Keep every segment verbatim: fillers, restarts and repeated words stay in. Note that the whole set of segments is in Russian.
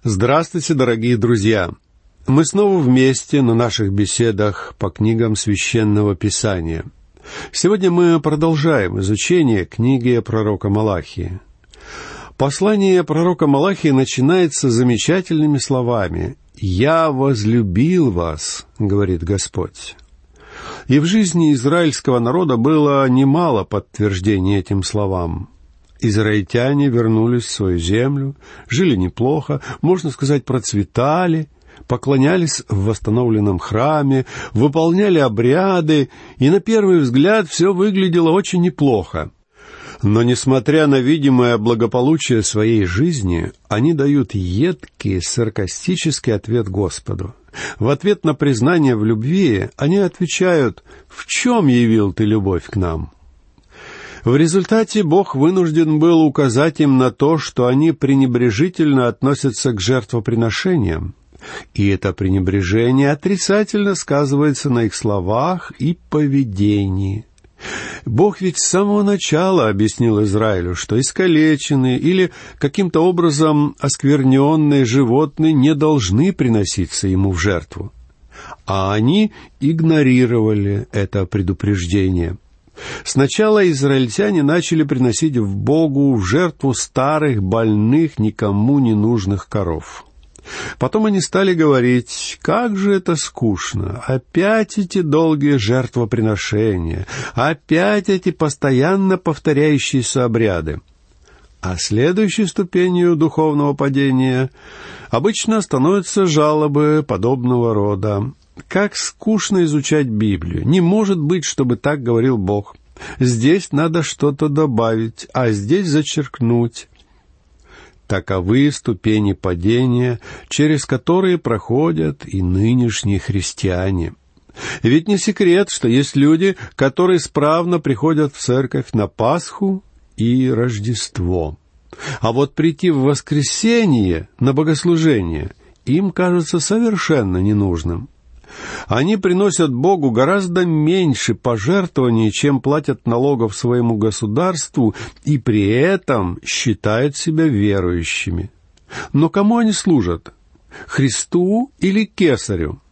Здравствуйте, дорогие друзья! Мы снова вместе на наших беседах по книгам Священного Писания. Сегодня мы продолжаем изучение книги пророка Малахии. Послание пророка Малахии начинается замечательными словами: «Я возлюбил вас, — говорит Господь». И в жизни израильского народа было немало подтверждений этим словам. Израильтяне вернулись в свою землю, жили неплохо, можно сказать, процветали, поклонялись в восстановленном храме, выполняли обряды, и на первый взгляд все выглядело очень неплохо. Но, несмотря на видимое благополучие своей жизни, они дают едкий, саркастический ответ Господу. В ответ на признание в любви они отвечают: «В чем явил ты любовь к нам?» В результате Бог вынужден был указать им на то, что они пренебрежительно относятся к жертвоприношениям. И это пренебрежение отрицательно сказывается на их словах и поведении. Бог ведь с самого начала объяснил Израилю, что искалеченные или каким-то образом оскверненные животные не должны приноситься ему в жертву. А они игнорировали это предупреждение. Сначала израильтяне начали приносить в Богу в жертву старых, больных, никому не нужных коров. Потом они стали говорить: «Как же это скучно! Опять эти долгие жертвоприношения! Опять эти постоянно повторяющиеся обряды!» А следующей ступенью духовного падения обычно становятся жалобы подобного рода: «Как скучно изучать Библию! Не может быть, чтобы так говорил Бог! Здесь надо что-то добавить, а здесь зачеркнуть». Таковы ступени падения, через которые проходят и нынешние христиане. Ведь не секрет, что есть люди, которые справно приходят в церковь на Пасху и Рождество. А вот прийти в воскресенье на богослужение им кажется совершенно ненужным. Они приносят Богу гораздо меньше пожертвований, чем платят налогов своему государству, и при этом считают себя верующими. Но кому они служат? Христу или Кесарю?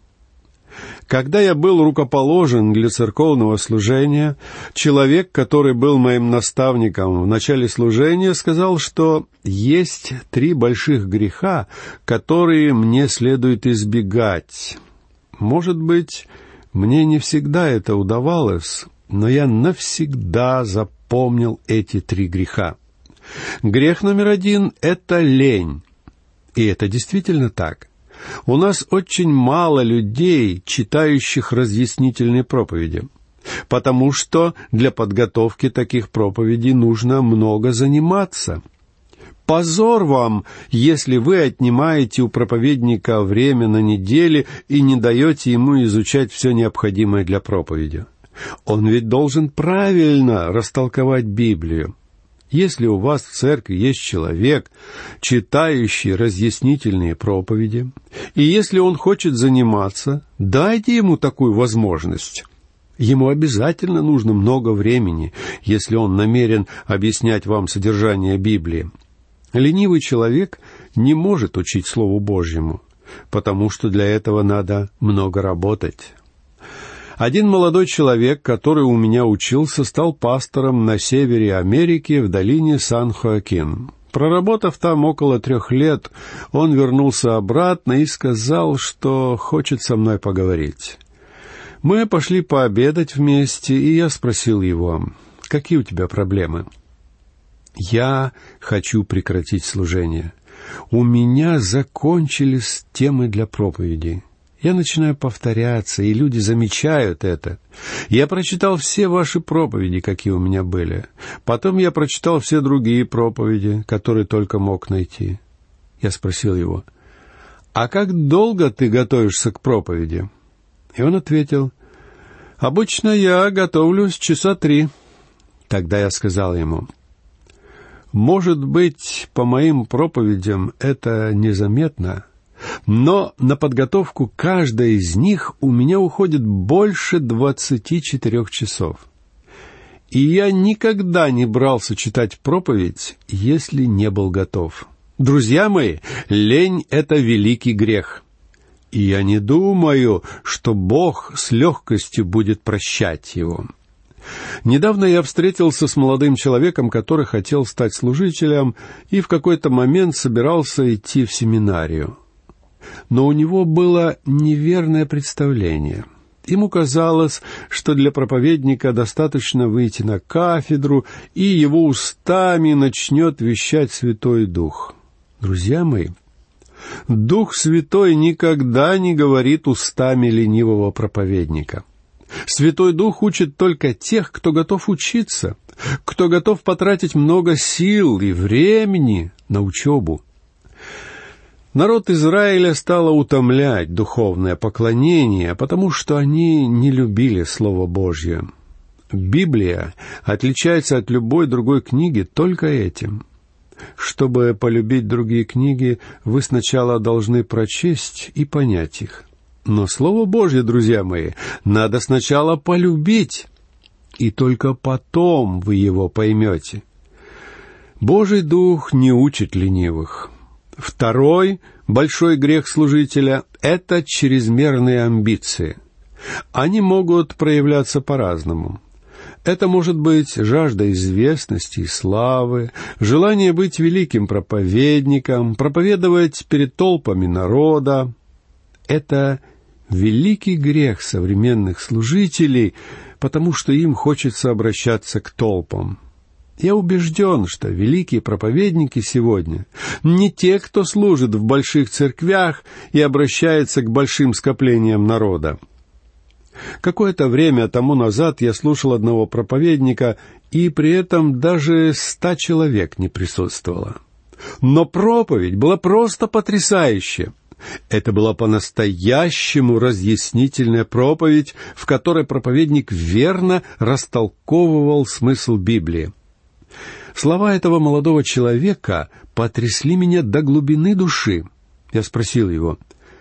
Когда я был рукоположен для церковного служения, человек, который был моим наставником в начале служения, сказал, что есть три больших греха, которые мне следует избегать. Может быть, мне не всегда это удавалось, но я навсегда запомнил эти три греха. Грех номер один — это лень. И это действительно так. У нас очень мало людей, читающих разъяснительные проповеди, потому что для подготовки таких проповедей нужно много заниматься. Позор вам, если вы отнимаете у проповедника время на неделе и не даете ему изучать все необходимое для проповеди. Он ведь должен правильно растолковать Библию. Если у вас в церкви есть человек, читающий разъяснительные проповеди, и если он хочет заниматься, дайте ему такую возможность. Ему обязательно нужно много времени, если он намерен объяснять вам содержание Библии. Ленивый человек не может учить Слову Божьему, потому что для этого надо много работать. Один молодой человек, который у меня учился, стал пастором на севере Америки в долине Сан-Хоакин. Проработав там около трех лет, он вернулся обратно и сказал, что хочет со мной поговорить. Мы пошли пообедать вместе, и я спросил его: «Какие у тебя проблемы?» «Я хочу прекратить служение. У меня закончились темы для проповеди. Я начинаю повторяться, и люди замечают это. Я прочитал все ваши проповеди, какие у меня были. Потом я прочитал все другие проповеди, которые только мог найти». Я спросил его: «А как долго ты готовишься к проповеди?» И он ответил: «Обычно я готовлюсь часа три». Тогда я сказал ему: «Может быть, по моим проповедям это незаметно, но на подготовку каждой из них у меня уходит больше двадцати четырех часов. И я никогда не брался читать проповедь, если не был готов. Друзья мои, лень — это великий грех. И я не думаю, что Бог с легкостью будет прощать его. Недавно я встретился с молодым человеком, который хотел стать служителем и в какой-то момент собирался идти в семинарию. Но у него было неверное представление. Ему казалось, что для проповедника достаточно выйти на кафедру, и его устами начнет вещать Святой Дух. Друзья мои, Дух Святой никогда не говорит устами ленивого проповедника. Святой Дух учит только тех, кто готов учиться, кто готов потратить много сил и времени на учебу. Народ Израиля стало утомлять духовное поклонение, потому что они не любили Слово Божье. Библия отличается от любой другой книги только этим. Чтобы полюбить другие книги, вы сначала должны прочесть и понять их. Но Слово Божье, друзья мои, надо сначала полюбить, и только потом вы его поймете. Божий Дух не учит ленивых. Второй большой грех служителя — это чрезмерные амбиции. Они могут проявляться по-разному. Это может быть жажда известности и славы, желание быть великим проповедником, проповедовать перед толпами народа. Это великий грех современных служителей, потому что им хочется обращаться к толпам. Я убежден, что великие проповедники сегодня не те, кто служит в больших церквях и обращается к большим скоплениям народа. Какое-то время тому назад я слушал одного проповедника, и при этом даже ста человек не присутствовало. Но проповедь была просто потрясающая. Это была по-настоящему разъяснительная проповедь, в которой проповедник верно растолковывал смысл Библии. Слова этого молодого человека потрясли меня до глубины души. Я спросил его: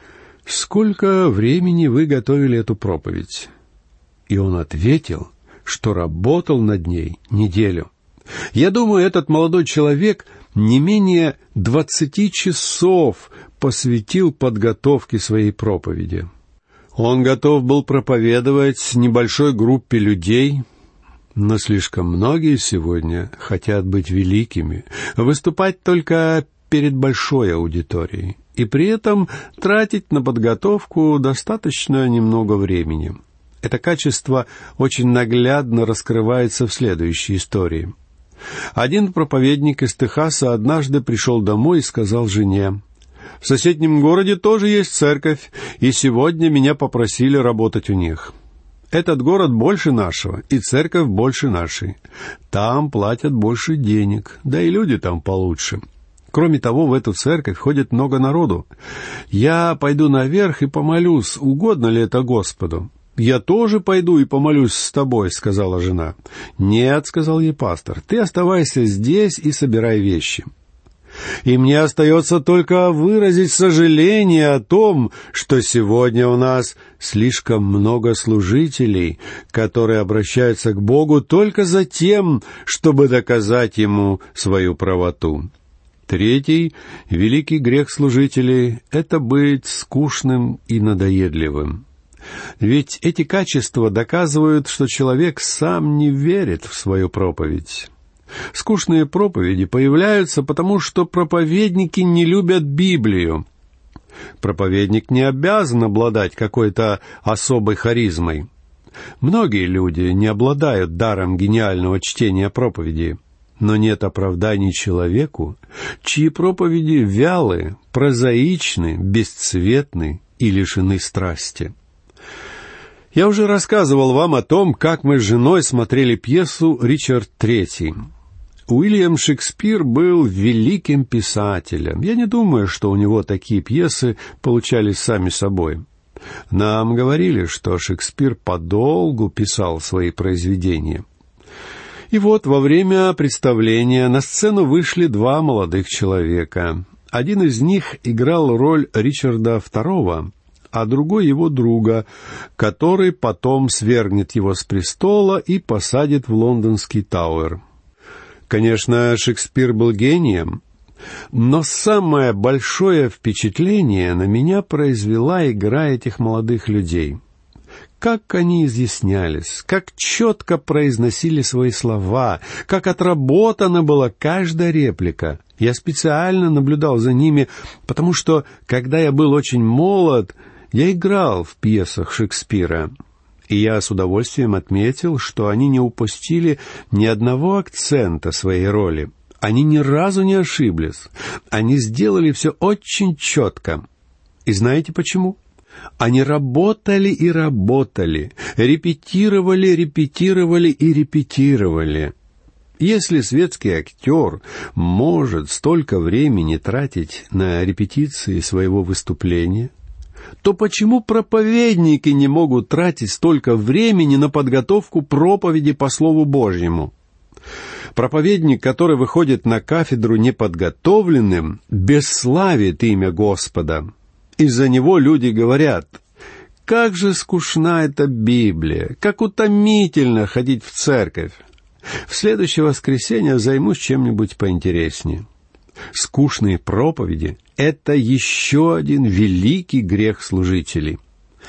«Сколько времени вы готовили эту проповедь?» И он ответил, что работал над ней неделю. Я думаю, этот молодой человек не менее двадцати часов посвятил подготовке своей проповеди. Он готов был проповедовать небольшой группе людей, но слишком многие сегодня хотят быть великими, выступать только перед большой аудиторией, и при этом тратить на подготовку достаточно немного времени. Это качество очень наглядно раскрывается в следующей истории. Один проповедник из Техаса однажды пришел домой и сказал жене: «В соседнем городе тоже есть церковь, и сегодня меня попросили работать у них. Этот город больше нашего, и церковь больше нашей. Там платят больше денег, да и люди там получше. Кроме того, в эту церковь ходит много народу. Я пойду наверх и помолюсь, угодно ли это Господу». «Я тоже пойду и помолюсь с тобой», — сказала жена. «Нет», — сказал ей пастор, — «ты оставайся здесь и собирай вещи». И мне остается только выразить сожаление о том, что сегодня у нас слишком много служителей, которые обращаются к Богу только за тем, чтобы доказать Ему свою правоту. Третий великий грех служителей — это быть скучным и надоедливым. Ведь эти качества доказывают, что человек сам не верит в свою проповедь. Скучные проповеди появляются потому, что проповедники не любят Библию. Проповедник не обязан обладать какой-то особой харизмой. Многие люди не обладают даром гениального чтения проповеди, но нет оправданий человеку, чьи проповеди вялы, прозаичны, бесцветны и лишены страсти. Я уже рассказывал вам о том, как мы с женой смотрели пьесу «Ричард третий». Уильям Шекспир был великим писателем. Я не думаю, что у него такие пьесы получались сами собой. Нам говорили, что Шекспир подолгу писал свои произведения. И вот во время представления на сцену вышли два молодых человека. Один из них играл роль Ричарда второго, а другой его друга, который потом свергнет его с престола и посадит в лондонский Тауэр. Конечно, Шекспир был гением, Но самое большое впечатление на меня произвела игра этих молодых людей. Как они изъяснялись, как четко произносили свои слова, как отработана была каждая реплика. Я специально наблюдал за ними, потому что, когда я был очень молод, я играл в пьесах Шекспира. И я с удовольствием отметил, что они не упустили ни одного акцента своей роли. Они ни разу не ошиблись. Они сделали все очень четко. И знаете почему? Они работали и работали, репетировали, репетировали и репетировали. Если светский актер может столько времени тратить на репетиции своего выступления, то почему проповедники не могут тратить столько времени на подготовку проповеди по Слову Божьему? Проповедник, который выходит на кафедру неподготовленным, бесславит имя Господа. Из-за него люди говорят: «Как же скучна эта Библия! Как утомительно ходить в церковь! В следующее воскресенье займусь чем-нибудь поинтереснее». Скучные проповеди — это еще один великий грех служителей.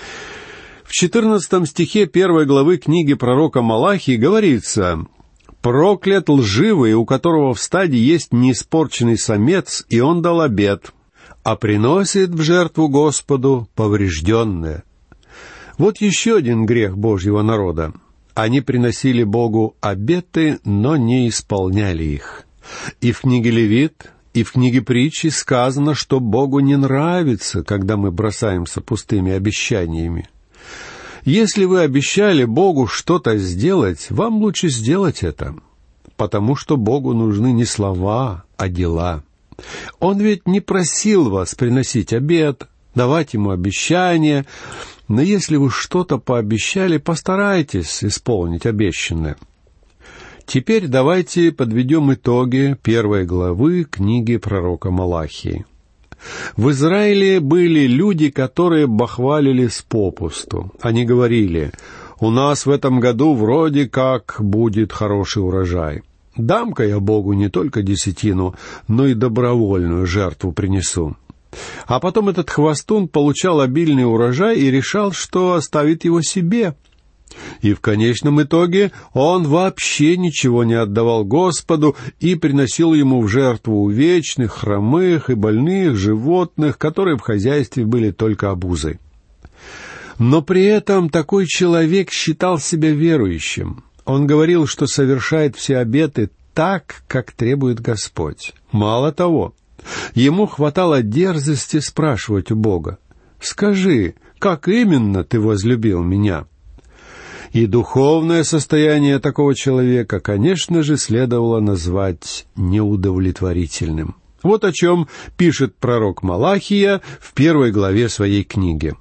В четырнадцатом стихе первой главы книги пророка Малахии говорится: «Проклят лживый, у которого в стаде есть неиспорченный самец, и он дал обет, а приносит в жертву Господу поврежденное». Вот еще один грех Божьего народа. Они приносили Богу обеты, но не исполняли их. И в книге Левит, и в книге Притчи сказано, что Богу не нравится, когда мы бросаемся пустыми обещаниями. Если вы обещали Богу что-то сделать, вам лучше сделать это, потому что Богу нужны не слова, а дела. Он ведь не просил вас приносить обет, давать Ему обещания, но если вы что-то пообещали, постарайтесь исполнить обещанное. Теперь давайте подведем итоги первой главы книги пророка Малахии. В Израиле были люди, которые бахвалились попусту. Они говорили: «У нас в этом году вроде как будет хороший урожай. Дам-ка я Богу не только десятину, но и добровольную жертву принесу». А потом этот хвастун получал обильный урожай и решал, что оставит его себе. И в конечном итоге он вообще ничего не отдавал Господу и приносил Ему в жертву увечных, хромых и больных животных, которые в хозяйстве были только обузой. Но при этом такой человек считал себя верующим. Он говорил, что совершает все обеты так, как требует Господь. Мало того, ему хватало дерзости спрашивать у Бога: «Скажи, как именно ты возлюбил меня?» И духовное состояние такого человека, конечно же, следовало назвать неудовлетворительным. Вот о чем пишет пророк Малахия в первой главе своей книги.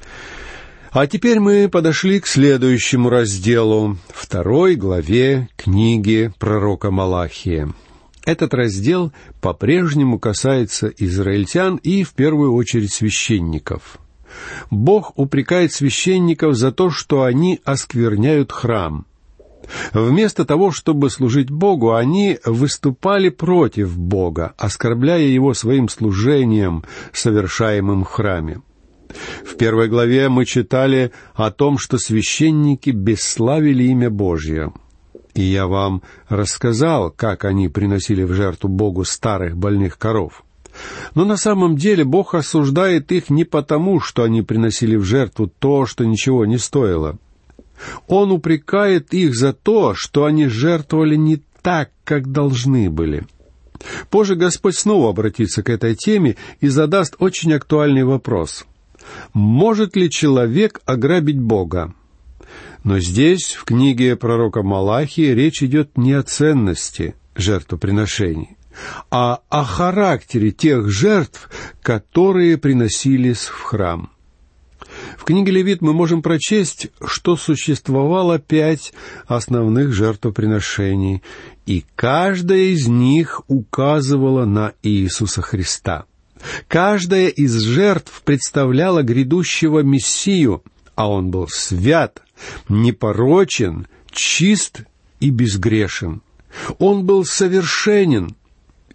А теперь мы подошли к следующему разделу, второй главе книги пророка Малахия. Этот раздел по-прежнему касается израильтян и, в первую очередь, священников. Бог упрекает священников за то, что они оскверняют храм. Вместо того, чтобы служить Богу, они выступали против Бога, оскорбляя Его своим служением, совершаемым в храме. В первой главе мы читали о том, что священники бесславили имя Божье. И я вам рассказал, как они приносили в жертву Богу старых больных коров. Но на самом деле Бог осуждает их не потому, что они приносили в жертву то, что ничего не стоило. Он упрекает их за то, что они жертвовали не так, как должны были. Позже Господь снова обратится к этой теме и задаст очень актуальный вопрос: может ли человек ограбить Бога? Но здесь, в книге пророка Малахии, речь идет не о ценности жертвоприношений, а о характере тех жертв, которые приносились в храм. В книге Левит мы можем прочесть, что существовало пять основных жертвоприношений, и каждая из них указывала на Иисуса Христа. Каждая из жертв представляла грядущего Мессию, а Он был свят, непорочен, чист и безгрешен. Он был совершенен,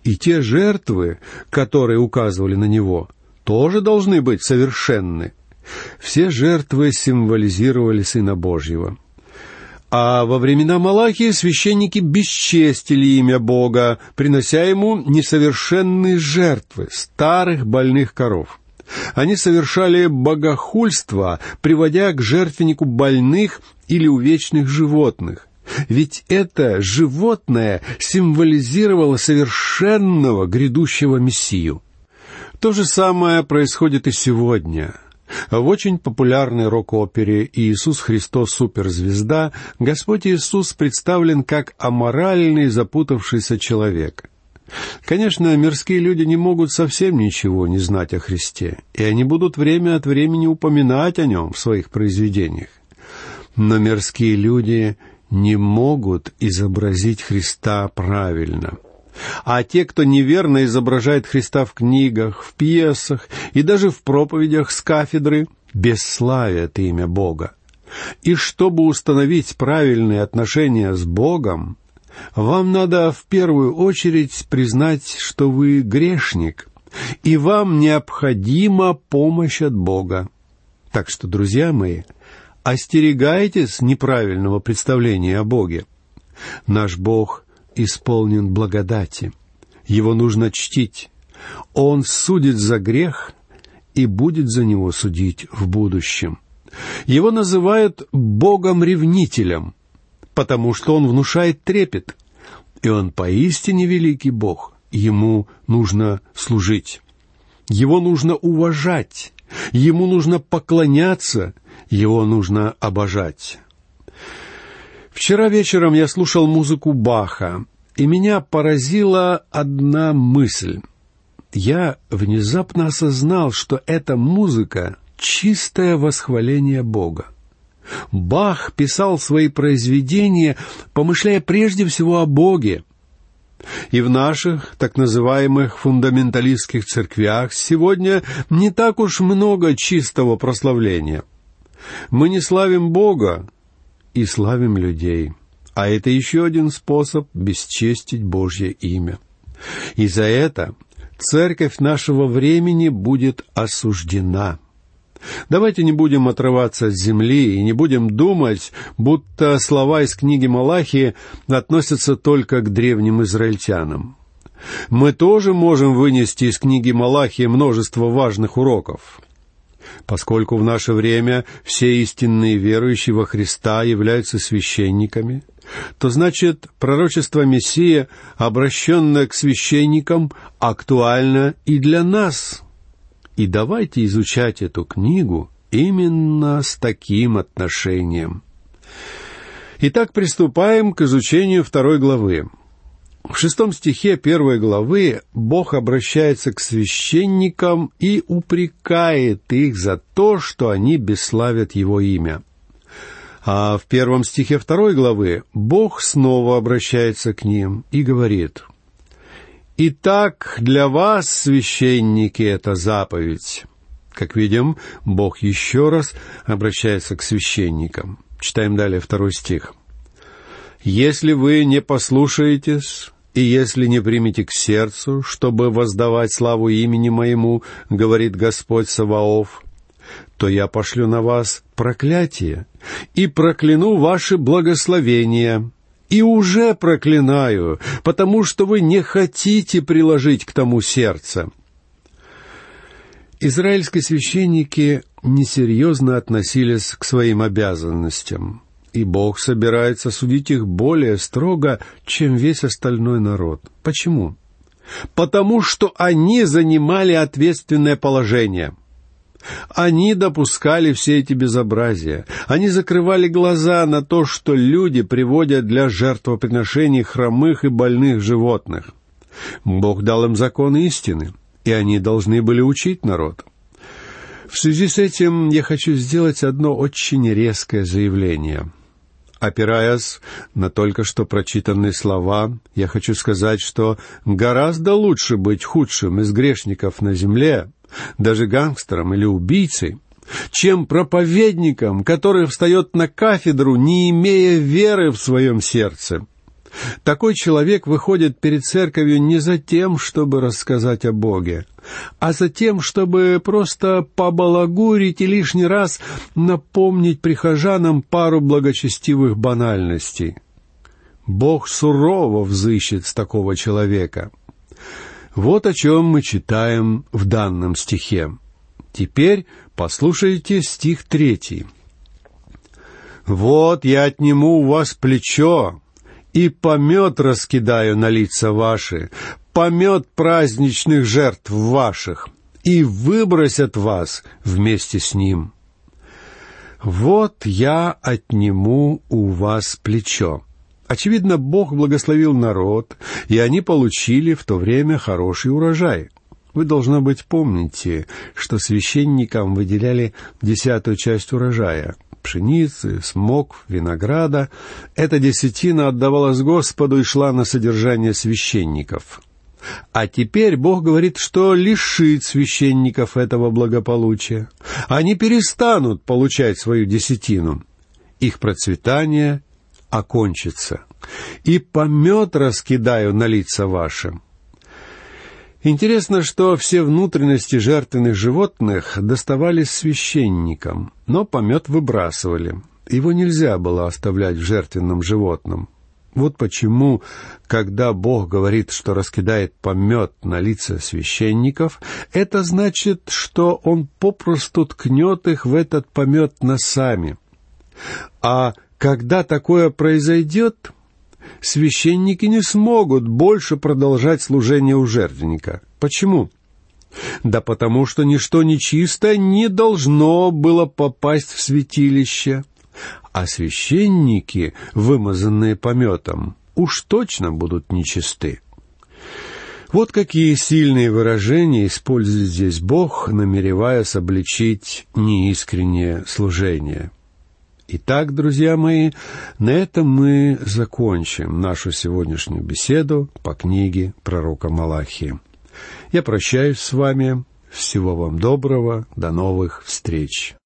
И те жертвы, которые указывали на него, тоже должны быть совершенны. Все жертвы символизировали Сына Божьего. А во времена Малахии священники бесчестили имя Бога, принося Ему несовершенные жертвы старых больных коров. Они совершали богохульство, приводя к жертвеннику больных или увечных животных. Ведь это животное символизировало совершенного грядущего Мессию. То же самое происходит и сегодня. В очень популярной рок-опере «Иисус Христос суперзвезда» Господь Иисус представлен как аморальный, запутавшийся человек. Конечно, мирские люди не могут совсем ничего не знать о Христе, и они будут время от времени упоминать о Нем в своих произведениях. Но мирские люди не могут изобразить Христа правильно. А те, кто неверно изображает Христа в книгах, в пьесах и даже в проповедях с кафедры, бесславят имя Бога. И чтобы установить правильные отношения с Богом, вам надо в первую очередь признать, что вы грешник, и вам необходима помощь от Бога. Так что, друзья мои, остерегайтесь неправильного представления о Боге. Наш Бог исполнен благодати. Его нужно чтить. Он судит за грех и будет за него судить в будущем. Его называют Богом-ревнителем, потому что он внушает трепет. И он поистине великий Бог. Ему нужно служить. Его нужно уважать. Ему нужно поклоняться. Его нужно обожать. Вчера вечером я слушал музыку Баха, и меня поразила одна мысль. Я внезапно осознал, что эта музыка — чистое восхваление Бога. Бах писал свои произведения, помышляя прежде всего о Боге. И в наших так называемых фундаменталистских церквях сегодня не так уж много чистого прославления. Мы не славим Бога и славим людей. А это еще один способ бесчестить Божье имя. И за это церковь нашего времени будет осуждена. Давайте не будем отрываться от земли и не будем думать, будто слова из книги Малахии относятся только к древним израильтянам. Мы тоже можем вынести из книги Малахии множество важных уроков. Поскольку в наше время все истинные верующие во Христа являются священниками, то значит пророчество Мессии, обращенное к священникам, актуально и для нас. И давайте изучать эту книгу именно с таким отношением. Итак, приступаем к изучению второй главы. В шестом стихе первой главы Бог обращается к священникам и упрекает их за то, что они бесславят Его имя. А в первом стихе второй главы Бог снова обращается к ним и говорит: «Итак, для вас, священники, это заповедь». Как видим, Бог еще раз обращается к священникам. Читаем далее второй стих. «Если вы не послушаетесь, и если не примете к сердцу, чтобы воздавать славу имени Моему, говорит Господь Саваоф, то я пошлю на вас проклятие и прокляну ваши благословения, и уже проклинаю, потому что вы не хотите приложить к тому сердце». Израильские священники несерьезно относились к своим обязанностям, и Бог собирается судить их более строго, чем весь остальной народ. Почему? Потому что они занимали ответственное положение. Они допускали все эти безобразия. Они закрывали глаза на то, что люди приводят для жертвоприношений хромых и больных животных. Бог дал им закон истины, и они должны были учить народ. В связи с этим я хочу сделать одно очень резкое заявление. Опираясь на только что прочитанные слова, я хочу сказать, что гораздо лучше быть худшим из грешников на земле, даже гангстером или убийцей, чем проповедником, который встает на кафедру, не имея веры в своем сердце. Такой человек выходит перед церковью не за тем, чтобы рассказать о Боге, а за тем, чтобы просто побалагурить и лишний раз напомнить прихожанам пару благочестивых банальностей. Бог сурово взыщет с такого человека. Вот о чем мы читаем в данном стихе. Теперь послушайте стих третий. «Вот я отниму у вас плечо, и помет раскидаю на лица ваши, помет праздничных жертв ваших, и выбросят вас вместе с ним. Вот я отниму у вас плечо». Очевидно, Бог благословил народ, и они получили в то время хороший урожай. Вы, должно быть, помните, что священникам выделяли десятую часть урожая. Пшеницы, смокв, винограда. Эта десятина отдавалась Господу и шла на содержание священников. А теперь Бог говорит, что лишит священников этого благополучия. Они перестанут получать свою десятину. Их процветание окончится. «И помет раскидаю на лица ваши». Интересно, что все внутренности жертвенных животных доставались священникам, но помет выбрасывали. Его нельзя было оставлять в жертвенном животном. Вот почему, когда Бог говорит, что раскидает помет на лица священников, это значит, что Он попросту ткнет их в этот помет носами. А когда такое произойдет, священники не смогут больше продолжать служение у жертвенника. Почему? Да потому что ничто нечистое не должно было попасть в святилище, а священники, вымазанные пометом, уж точно будут нечисты. Вот какие сильные выражения использует здесь Бог, намереваясь обличить неискреннее служение. Итак, друзья мои, на этом мы закончим нашу сегодняшнюю беседу по книге пророка Малахии. Я прощаюсь с вами. Всего вам доброго. До новых встреч.